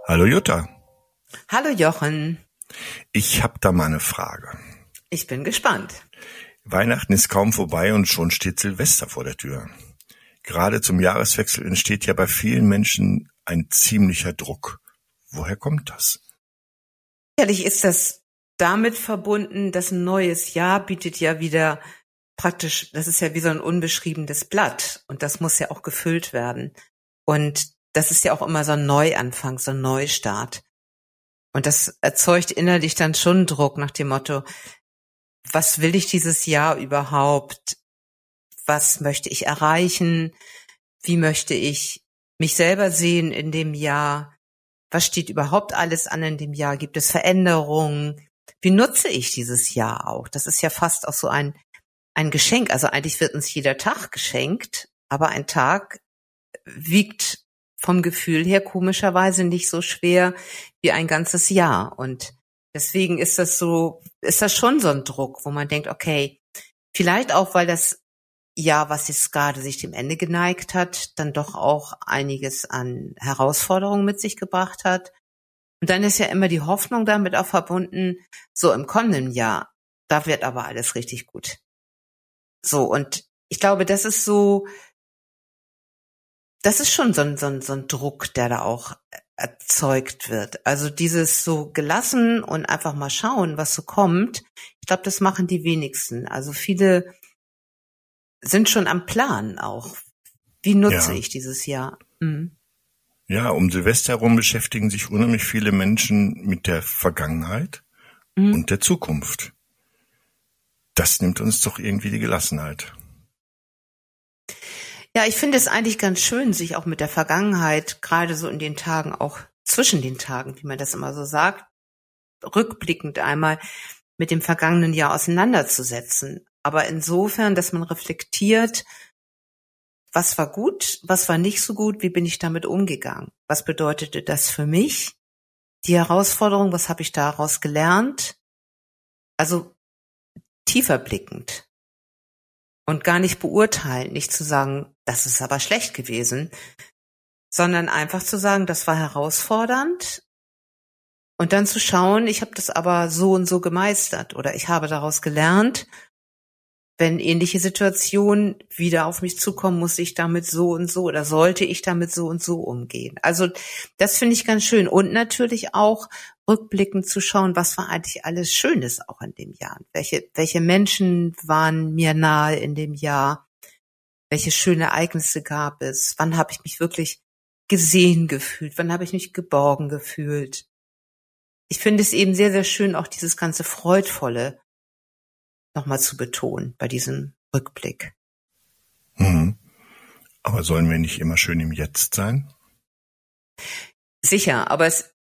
Hallo Jutta, Hallo Jochen, ich habe da mal eine Frage. ich bin gespannt. Weihnachten ist kaum vorbei und schon steht Silvester vor der Tür. Gerade zum Jahreswechsel entsteht ja bei vielen Menschen ein ziemlicher Druck. Woher kommt das? Sicherlich ist das damit verbunden, dass ein neues Jahr bietet ja wieder praktisch, das ist ja wie so ein unbeschriebenes Blatt und das muss ja auch gefüllt werden. Und das ist ja auch immer so ein Neuanfang, so ein Neustart. Und das erzeugt innerlich dann schon Druck nach dem Motto, was will ich dieses Jahr überhaupt? Was möchte ich erreichen? Wie möchte ich mich selber sehen in dem Jahr? Was steht überhaupt alles an in dem Jahr? Gibt es Veränderungen? Wie nutze ich dieses Jahr auch? Das ist ja fast auch so ein Geschenk. Also eigentlich wird uns jeder Tag geschenkt, aber ein Tag wiegt vom Gefühl her komischerweise nicht so schwer wie ein ganzes Jahr. Und deswegen ist das schon so ein Druck, wo man denkt, okay, vielleicht auch, weil das Jahr, was jetzt gerade sich dem Ende geneigt hat, dann doch auch einiges an Herausforderungen mit sich gebracht hat. Und dann ist ja immer die Hoffnung damit auch verbunden, so im kommenden Jahr, da wird aber alles richtig gut. So, und ich glaube, das ist schon so ein Druck, der da auch erzeugt wird. Also dieses so gelassen und einfach mal schauen, was so kommt. Ich glaube, das machen die wenigsten. Also viele sind schon am Plan auch. Wie nutze Ja, ich dieses Jahr? Mhm. ja, um Silvester herum beschäftigen sich unheimlich viele Menschen mit der Vergangenheit Mhm. und der Zukunft. Das nimmt uns doch irgendwie die Gelassenheit. Ja, ich finde es eigentlich ganz schön, sich auch mit der Vergangenheit, gerade so in den Tagen, auch zwischen den Tagen, wie man das immer so sagt, rückblickend einmal mit dem vergangenen Jahr auseinanderzusetzen. Aber insofern, dass man reflektiert, was war gut, was war nicht so gut, wie bin ich damit umgegangen? Was bedeutete das für mich? Die Herausforderung, was habe ich daraus gelernt? Also tiefer blickend und gar nicht beurteilen, nicht zu sagen, das ist aber schlecht gewesen, sondern einfach zu sagen, das war herausfordernd und dann zu schauen, ich habe das aber so und so gemeistert oder ich habe daraus gelernt, wenn ähnliche Situationen wieder auf mich zukommen, muss ich damit so und so oder sollte ich damit so und so umgehen. Also das finde ich ganz schön. Und natürlich auch rückblickend zu schauen, was war eigentlich alles Schönes auch in dem Jahr. Welche Menschen waren mir nahe in dem Jahr? Welche schönen Ereignisse gab es? Wann habe ich mich wirklich gesehen gefühlt? Wann habe ich mich geborgen gefühlt? Ich finde es eben sehr, sehr schön, auch dieses ganze Freudvolle nochmal zu betonen bei diesem Rückblick. Mhm. Aber sollen wir nicht immer schön im Jetzt sein? Sicher, aber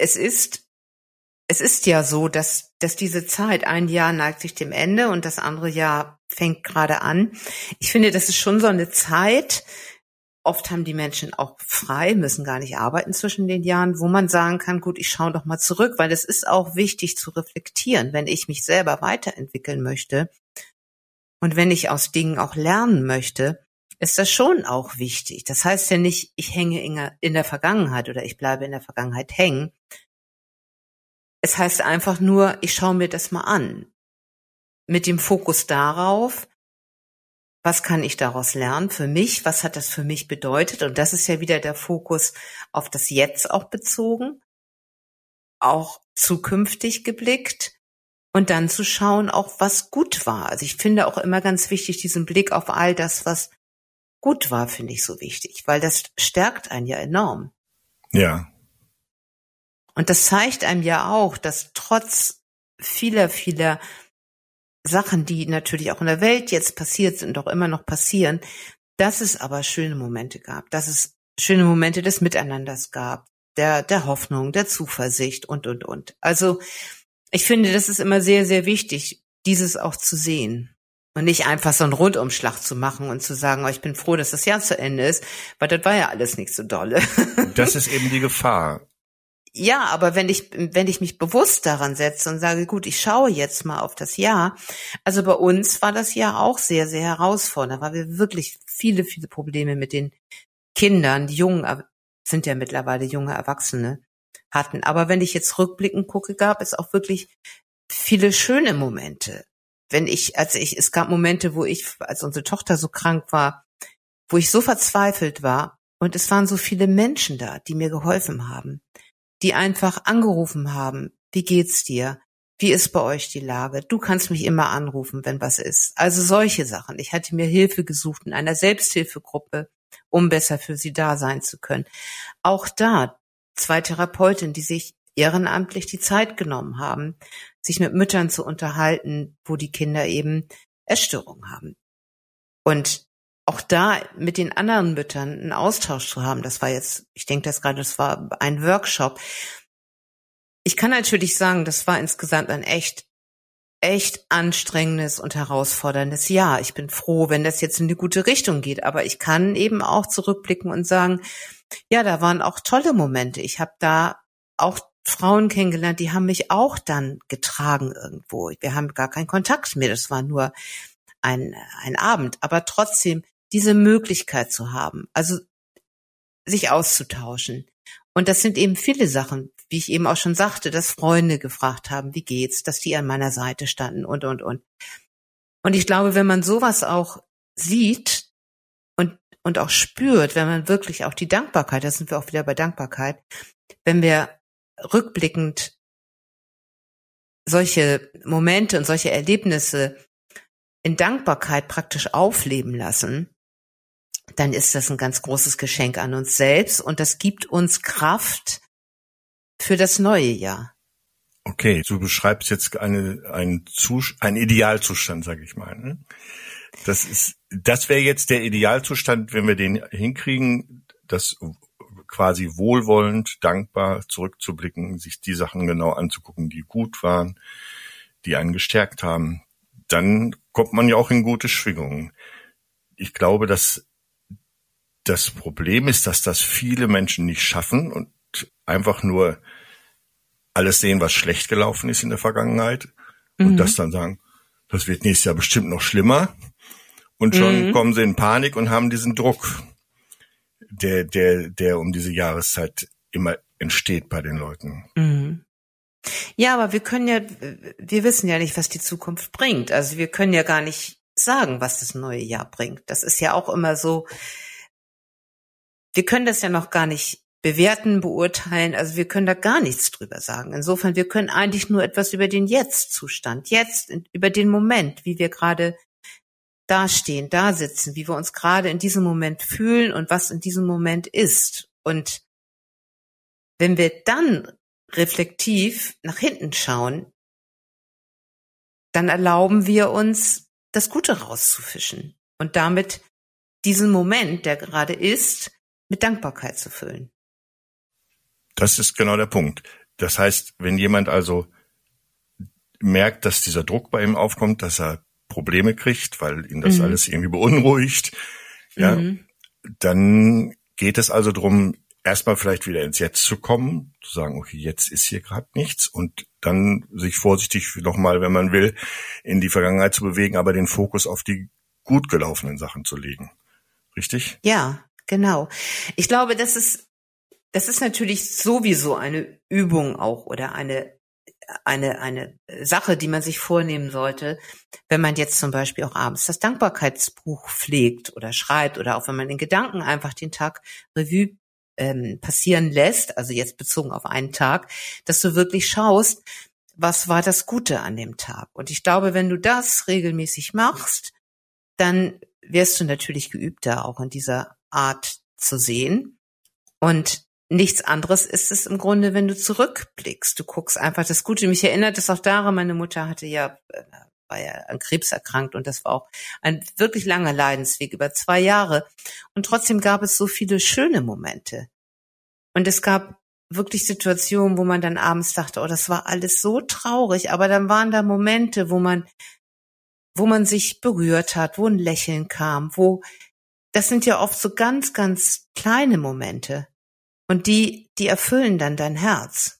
es ist ja so, dass diese Zeit, ein Jahr neigt sich dem Ende und das andere Jahr fängt gerade an. Ich finde, das ist schon so eine Zeit, oft haben die Menschen auch frei, müssen gar nicht arbeiten zwischen den Jahren, wo man sagen kann, gut, ich schaue doch mal zurück, weil es ist auch wichtig zu reflektieren, wenn ich mich selber weiterentwickeln möchte. Und wenn ich aus Dingen auch lernen möchte, ist das schon auch wichtig. Das heißt ja nicht, ich hänge in der Vergangenheit oder ich bleibe in der Vergangenheit hängen. Es heißt einfach nur, ich schaue mir das mal an. Mit dem Fokus darauf, was kann ich daraus lernen für mich? Was hat das für mich bedeutet? Und das ist ja wieder der Fokus auf das Jetzt auch bezogen, auch zukünftig geblickt. Und dann zu schauen, auch was gut war. Also ich finde auch immer ganz wichtig, diesen Blick auf all das, was gut war, finde ich so wichtig, weil das stärkt einen ja enorm. Ja, Und das zeigt einem ja auch, dass trotz vieler Sachen, die natürlich auch in der Welt jetzt passiert sind, auch immer noch passieren, dass es aber schöne Momente gab, dass es schöne Momente des Miteinanders gab, der Hoffnung, der Zuversicht und. Also ich finde, das ist immer sehr, sehr wichtig, dieses auch zu sehen. Und nicht einfach so einen Rundumschlag zu machen und zu sagen, oh, ich bin froh, dass das Jahr zu Ende ist, weil das war ja alles nicht so dolle. das ist eben die Gefahr. Ja, aber wenn ich mich bewusst daran setze und sage, gut, ich schaue jetzt mal auf das Jahr. Also bei uns war das Jahr auch sehr, sehr herausfordernd, weil wir wirklich viele Probleme mit den Kindern, die Jungen sind ja mittlerweile junge Erwachsene, hatten. Aber wenn ich jetzt rückblickend gucke, gab es auch wirklich viele schöne Momente. Es gab Momente, als unsere Tochter so krank war, wo ich so verzweifelt war und es waren so viele Menschen da, die mir geholfen haben, die einfach angerufen haben, wie geht's dir? Wie ist bei euch die Lage? Du kannst mich immer anrufen, wenn was ist. Also solche Sachen. Ich hatte mir Hilfe gesucht in einer Selbsthilfegruppe, um besser für sie da sein zu können. Auch da 2 Therapeutinnen, die sich ehrenamtlich die Zeit genommen haben, sich mit Müttern zu unterhalten, wo die Kinder eben Essstörungen haben. Und auch da mit den anderen Müttern einen Austausch zu haben, das war ein Workshop. Ich kann natürlich sagen, das war insgesamt ein echt anstrengendes und herausforderndes Jahr. Ich bin froh, wenn das jetzt in eine gute Richtung geht, aber ich kann eben auch zurückblicken und sagen, ja, da waren auch tolle Momente. Ich habe da auch Frauen kennengelernt, die haben mich auch dann getragen irgendwo. Wir haben gar keinen Kontakt mehr, das war nur ein Abend, aber trotzdem diese Möglichkeit zu haben, also sich auszutauschen. Und das sind eben viele Sachen, wie ich eben auch schon sagte, dass Freunde gefragt haben, wie geht's, dass die an meiner Seite standen und. Und ich glaube, wenn man sowas auch sieht und auch spürt, wenn man wirklich auch die Dankbarkeit, da sind wir auch wieder bei Dankbarkeit, wenn wir rückblickend solche Momente und solche Erlebnisse in Dankbarkeit praktisch aufleben lassen, dann ist das ein ganz großes Geschenk an uns selbst und das gibt uns Kraft für das neue Jahr. Okay, du beschreibst jetzt einen Idealzustand, sage ich mal. Ne? Das wäre jetzt der Idealzustand, wenn wir den hinkriegen, das quasi wohlwollend, dankbar zurückzublicken, sich die Sachen genau anzugucken, die gut waren, die einen gestärkt haben. Dann kommt man ja auch in gute Schwingungen. Ich glaube, dass das Problem ist, dass das viele Menschen nicht schaffen und einfach nur alles sehen, was schlecht gelaufen ist in der Vergangenheit und das dann sagen, das wird nächstes Jahr bestimmt noch schlimmer und schon kommen sie in Panik und haben diesen Druck, der um diese Jahreszeit immer entsteht bei den Leuten. Mhm. Ja, aber wir wissen ja nicht, was die Zukunft bringt. Also wir können ja gar nicht sagen, was das neue Jahr bringt. Das ist ja auch immer so, wir können das ja noch gar nicht bewerten, beurteilen, also wir können da gar nichts drüber sagen. Insofern, wir können eigentlich nur etwas über den Jetzt-Zustand, über den Moment, wie wir gerade dastehen, da sitzen, wie wir uns gerade in diesem Moment fühlen und was in diesem Moment ist. Und wenn wir dann reflektiv nach hinten schauen, dann erlauben wir uns, das Gute rauszufischen und damit diesen Moment, der gerade ist, mit Dankbarkeit zu füllen. Das ist genau der Punkt. Das heißt, wenn jemand also merkt, dass dieser Druck bei ihm aufkommt, dass er Probleme kriegt, weil ihn das alles irgendwie beunruhigt, ja, dann geht es also darum, erstmal vielleicht wieder ins Jetzt zu kommen, zu sagen, okay, jetzt ist hier gerade nichts und dann sich vorsichtig nochmal, wenn man will, in die Vergangenheit zu bewegen, aber den Fokus auf die gut gelaufenen Sachen zu legen. Richtig? Ja, genau. Ich glaube, das ist natürlich sowieso eine Übung auch oder eine Sache, die man sich vornehmen sollte, wenn man jetzt zum Beispiel auch abends das Dankbarkeitsbuch pflegt oder schreibt oder auch wenn man in Gedanken einfach den Tag Revue passieren lässt, also jetzt bezogen auf einen Tag, dass du wirklich schaust, was war das Gute an dem Tag. Und ich glaube, wenn du das regelmäßig machst, dann wirst du natürlich geübter, auch in dieser Art zu sehen. Und nichts anderes ist es im Grunde, wenn du zurückblickst. Du guckst einfach das Gute. Mich erinnert es auch daran, meine Mutter war ja an Krebs erkrankt und das war auch ein wirklich langer Leidensweg, über 2 Jahre. Und trotzdem gab es so viele schöne Momente. Und es gab wirklich Situationen, wo man dann abends dachte, oh, das war alles so traurig, aber dann waren da Momente, wo man sich berührt hat, wo ein Lächeln kam, das sind ja oft so ganz, ganz kleine Momente. Und die erfüllen dann dein Herz.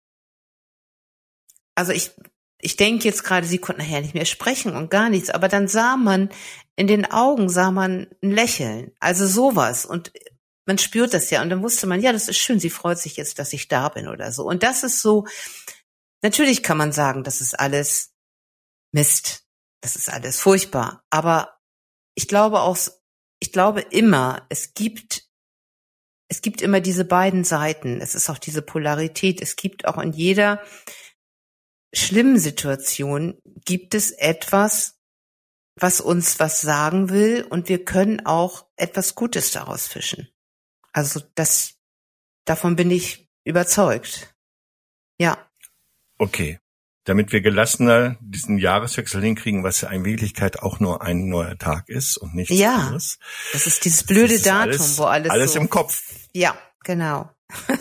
Also ich denke jetzt gerade, sie konnte nachher nicht mehr sprechen und gar nichts, aber dann sah man in den Augen ein Lächeln, also sowas. Und man spürt das ja. Und dann wusste man, ja, das ist schön, sie freut sich jetzt, dass ich da bin oder so. Und das ist so, natürlich kann man sagen, das ist alles Mist. Das ist alles furchtbar. Aber ich glaube immer, es gibt immer diese beiden Seiten. Es ist auch diese Polarität. Es gibt auch in jeder schlimmen Situation gibt es etwas, was uns was sagen will, und wir können auch etwas Gutes daraus fischen. Also davon bin ich überzeugt. Ja. Okay. Damit wir gelassener diesen Jahreswechsel hinkriegen, was ja in Wirklichkeit auch nur ein neuer Tag ist und nichts anderes. Das ist dieses blöde ist Datum, wo alles so, im Kopf. Ja, genau.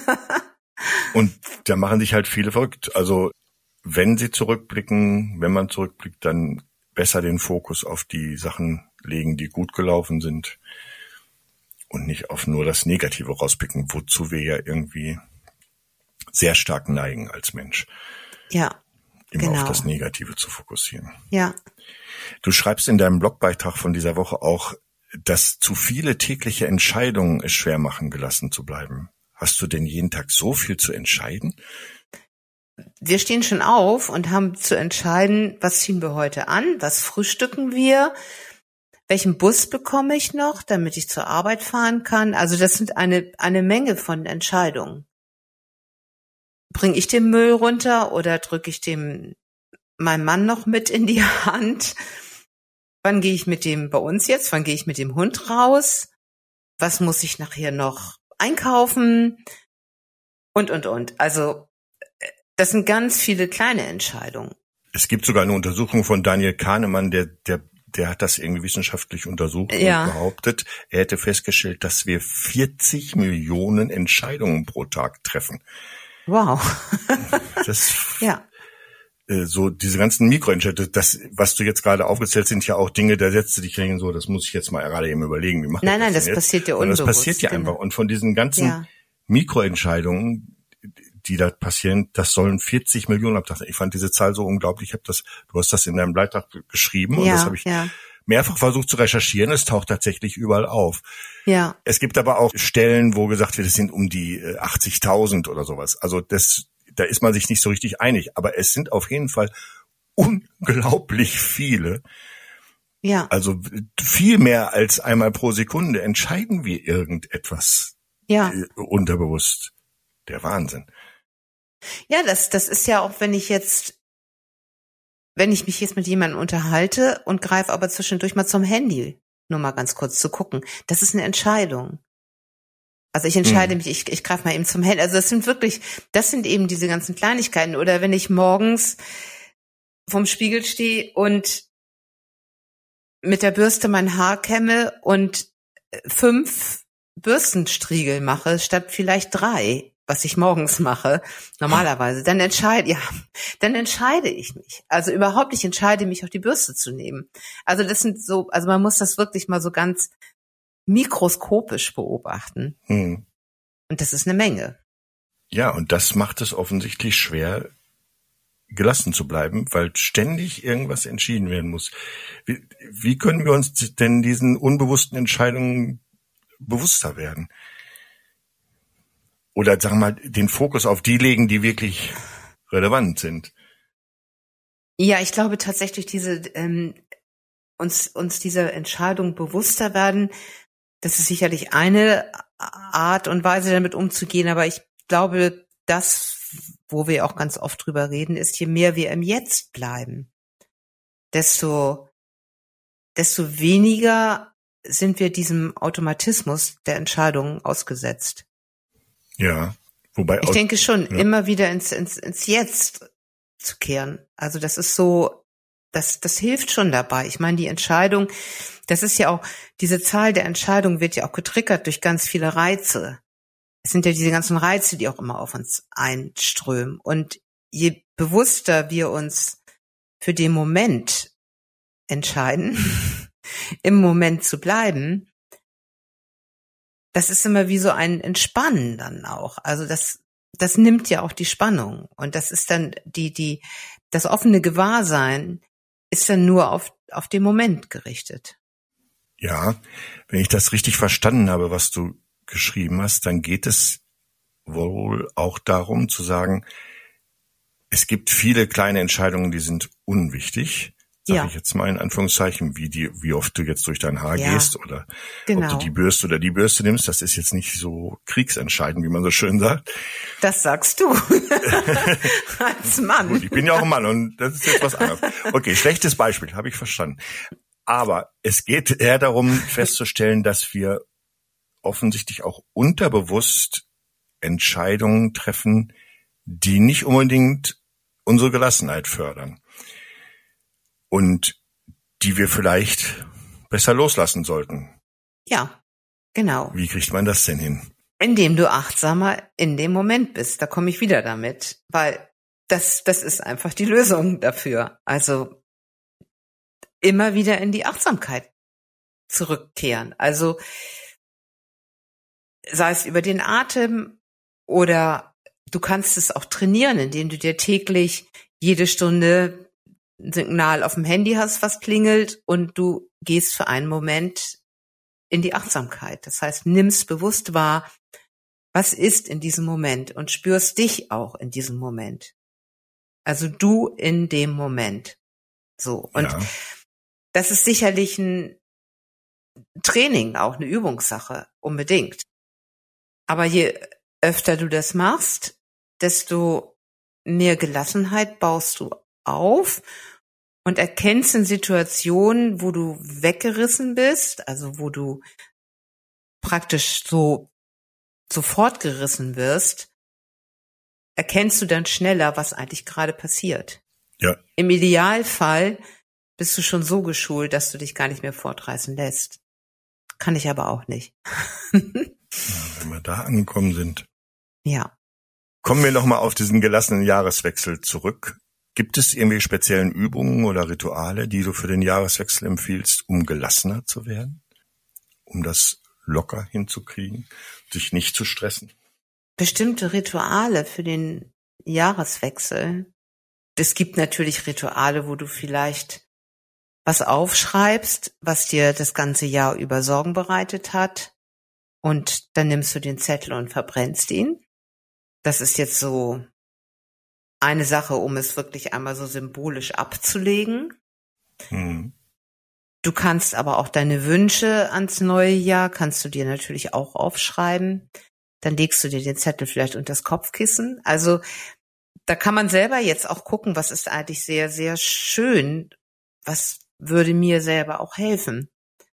Und da machen sich halt viele verrückt. Also wenn man zurückblickt, dann besser den Fokus auf die Sachen legen, die gut gelaufen sind und nicht auf nur das Negative rauspicken, wozu wir ja irgendwie sehr stark neigen als Mensch. Ja. Immer auf das Negative zu fokussieren. Ja. Du schreibst in deinem Blogbeitrag von dieser Woche auch, dass zu viele tägliche Entscheidungen es schwer machen, gelassen zu bleiben. Hast du denn jeden Tag so viel zu entscheiden? Wir stehen schon auf und haben zu entscheiden, was ziehen wir heute an, was frühstücken wir, welchen Bus bekomme ich noch, damit ich zur Arbeit fahren kann. Also das sind eine Menge von Entscheidungen. Bringe ich den Müll runter oder drücke ich dem meinem Mann noch mit in die Hand? Wann gehe ich mit dem bei uns jetzt? Wann gehe ich mit dem Hund raus? Was muss ich nachher noch einkaufen? Und. Also das sind ganz viele kleine Entscheidungen. Es gibt sogar eine Untersuchung von Daniel Kahnemann, der hat das irgendwie wissenschaftlich untersucht und behauptet, er hätte festgestellt, dass wir 40 Millionen Entscheidungen pro Tag treffen. Wow. So diese ganzen Mikroentscheidungen, das, was du jetzt gerade aufgezählt, sind ja auch Dinge, da setzt du dich hin, so, das muss ich jetzt mal gerade eben überlegen, wie mache ich das? Nein, das passiert ja unbewusst. Und das passiert ja einfach. Und von diesen ganzen Mikroentscheidungen, die da passieren, das sollen 40 Millionen am Tag sein. Ich fand diese Zahl so unglaublich. Du hast das in deinem Beitrag geschrieben und das habe ich mehrfach versucht zu recherchieren. Es taucht tatsächlich überall auf. Ja. Es gibt aber auch Stellen, wo gesagt wird, es sind um die 80.000 oder sowas. Also da ist man sich nicht so richtig einig. Aber es sind auf jeden Fall unglaublich viele. Ja. Also viel mehr als einmal pro Sekunde entscheiden wir irgendetwas unterbewusst. Der Wahnsinn. Ja, das ist ja auch, wenn ich mich jetzt mit jemandem unterhalte und greife aber zwischendurch mal zum Handy, nur mal ganz kurz zu gucken. Das ist eine Entscheidung. Also ich entscheide mich, ich greife mal eben zum Handy. Also das sind eben diese ganzen Kleinigkeiten. Oder wenn ich morgens vorm Spiegel stehe und mit der Bürste mein Haar kämme und 5 Bürstenstriegel mache, statt vielleicht 3, was ich morgens mache, normalerweise, dann entscheide ich mich. Also überhaupt, ich entscheide mich, auch die Bürste zu nehmen. Also man muss das wirklich mal so ganz mikroskopisch beobachten. Und das ist eine Menge. Ja, und das macht es offensichtlich schwer, gelassen zu bleiben, weil ständig irgendwas entschieden werden muss. Wie können wir uns denn diesen unbewussten Entscheidungen bewusster werden? Oder sagen wir mal, den Fokus auf die legen, die wirklich relevant sind. Ja, ich glaube tatsächlich, uns dieser Entscheidung bewusster werden, das ist sicherlich eine Art und Weise, damit umzugehen, aber ich glaube, das, wo wir auch ganz oft drüber reden, ist, je mehr wir im Jetzt bleiben, desto weniger sind wir diesem Automatismus der Entscheidungen ausgesetzt. Ja, wobei ich denke schon, immer wieder ins Jetzt zu kehren. Also das ist so, das hilft schon dabei. Ich meine, die Entscheidung, das ist ja auch, diese Zahl der Entscheidungen wird ja auch getriggert durch ganz viele Reize. Es sind ja diese ganzen Reize, die auch immer auf uns einströmen. Und je bewusster wir uns für den Moment entscheiden, im Moment zu bleiben, das ist immer wie so ein Entspannen dann auch. Also das nimmt ja auch die Spannung. Und das ist dann das offene Gewahrsein ist dann nur auf den Moment gerichtet. Ja, wenn ich das richtig verstanden habe, was du geschrieben hast, dann geht es wohl auch darum zu sagen, es gibt viele kleine Entscheidungen, die sind unwichtig, sage ich jetzt mal in Anführungszeichen, wie oft du jetzt durch dein Haar gehst oder ob du die Bürste oder die Bürste nimmst. Das ist jetzt nicht so kriegsentscheidend, wie man so schön sagt. Das sagst du als Mann. Gut, ich bin ja auch ein Mann und das ist jetzt was anderes. Okay, schlechtes Beispiel, habe ich verstanden. Aber es geht eher darum festzustellen, dass wir offensichtlich auch unterbewusst Entscheidungen treffen, die nicht unbedingt unsere Gelassenheit fördern und die wir vielleicht besser loslassen sollten. Ja, genau. Wie kriegt man das denn hin? Indem du achtsamer in dem Moment bist. Da komme ich wieder damit, weil das ist einfach die Lösung dafür. Also immer wieder in die Achtsamkeit zurückkehren. Also sei es über den Atem oder du kannst es auch trainieren, indem du dir täglich jede Stunde ein Signal auf dem Handy hast, was klingelt und du gehst für einen Moment in die Achtsamkeit. Das heißt, nimmst bewusst wahr, was ist in diesem Moment und spürst dich auch in diesem Moment. Also du in dem Moment. So. Und das ist sicherlich ein Training, auch eine Übungssache, unbedingt. Aber je öfter du das machst, desto mehr Gelassenheit baust du auf und erkennst in Situationen, wo du weggerissen bist, also wo du praktisch so sofort gerissen wirst, erkennst du dann schneller, was eigentlich gerade passiert. Ja. Im Idealfall bist du schon so geschult, dass du dich gar nicht mehr fortreißen lässt. Kann ich aber auch nicht. Wenn wir da angekommen sind. Ja. Kommen wir nochmal auf diesen gelassenen Jahreswechsel zurück. Gibt es irgendwie speziellen Übungen oder Rituale, die du für den Jahreswechsel empfiehlst, um gelassener zu werden? Um das locker hinzukriegen, sich nicht zu stressen? Bestimmte Rituale für den Jahreswechsel. Es gibt natürlich Rituale, wo du vielleicht was aufschreibst, was dir das ganze Jahr über Sorgen bereitet hat. Und dann nimmst du den Zettel und verbrennst ihn. Das ist jetzt so eine Sache, um es wirklich einmal so symbolisch abzulegen. Mhm. Du kannst aber auch deine Wünsche ans neue Jahr, kannst du dir natürlich auch aufschreiben. Dann legst du dir den Zettel vielleicht unter das Kopfkissen. Also da kann man selber jetzt auch gucken, was ist eigentlich sehr, sehr schön. Was würde mir selber auch helfen?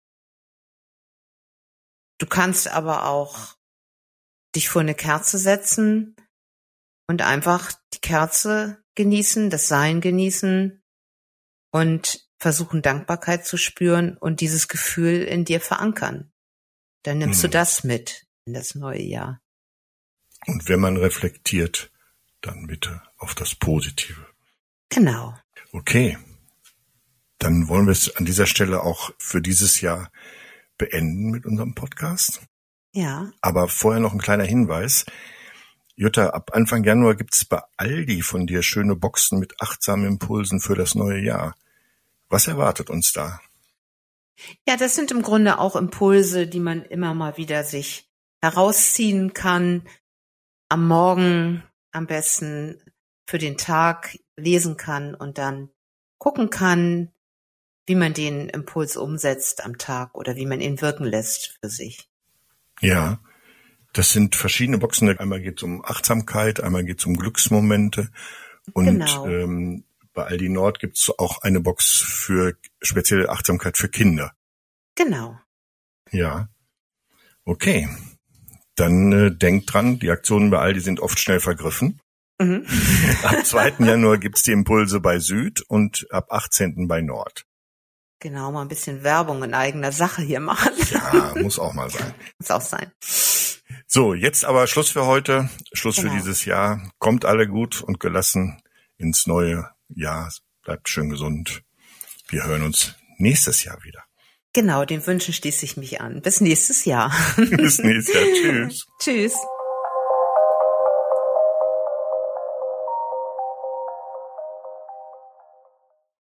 Du kannst aber auch dich vor eine Kerze setzen und einfach die Kerze genießen, das Sein genießen und versuchen, Dankbarkeit zu spüren und dieses Gefühl in dir verankern. Dann nimmst du das mit in das neue Jahr. Und wenn man reflektiert, dann bitte auf das Positive. Genau. Okay. Dann wollen wir es an dieser Stelle auch für dieses Jahr beenden mit unserem Podcast. Ja. Aber vorher noch ein kleiner Hinweis. Jutta, ab Anfang Januar gibt's bei Aldi von dir schöne Boxen mit achtsamen Impulsen für das neue Jahr. Was erwartet uns da? Ja, das sind im Grunde auch Impulse, die man immer mal wieder sich herausziehen kann. Am Morgen am besten für den Tag lesen kann und dann gucken kann, wie man den Impuls umsetzt am Tag oder wie man ihn wirken lässt für sich. Ja, das sind verschiedene Boxen. Einmal geht es um Achtsamkeit, einmal geht es um Glücksmomente. Und Genau. Bei Aldi Nord gibt es auch eine Box für spezielle Achtsamkeit für Kinder. Genau. Ja, okay. Dann denkt dran, die Aktionen bei Aldi sind oft schnell vergriffen. Mhm. Ab 2. Januar gibt's die Impulse bei Süd und ab 18. bei Nord. Genau, mal ein bisschen Werbung in eigener Sache hier machen. Ja, muss auch mal sein. Muss auch sein. So, jetzt aber Schluss für heute, Schluss für Genau. dieses Jahr. Kommt alle gut und gelassen ins neue Jahr. Bleibt schön gesund. Wir hören uns nächstes Jahr wieder. Genau, den Wünschen schließe ich mich an. Bis nächstes Jahr. Bis nächstes Jahr. Tschüss. Tschüss.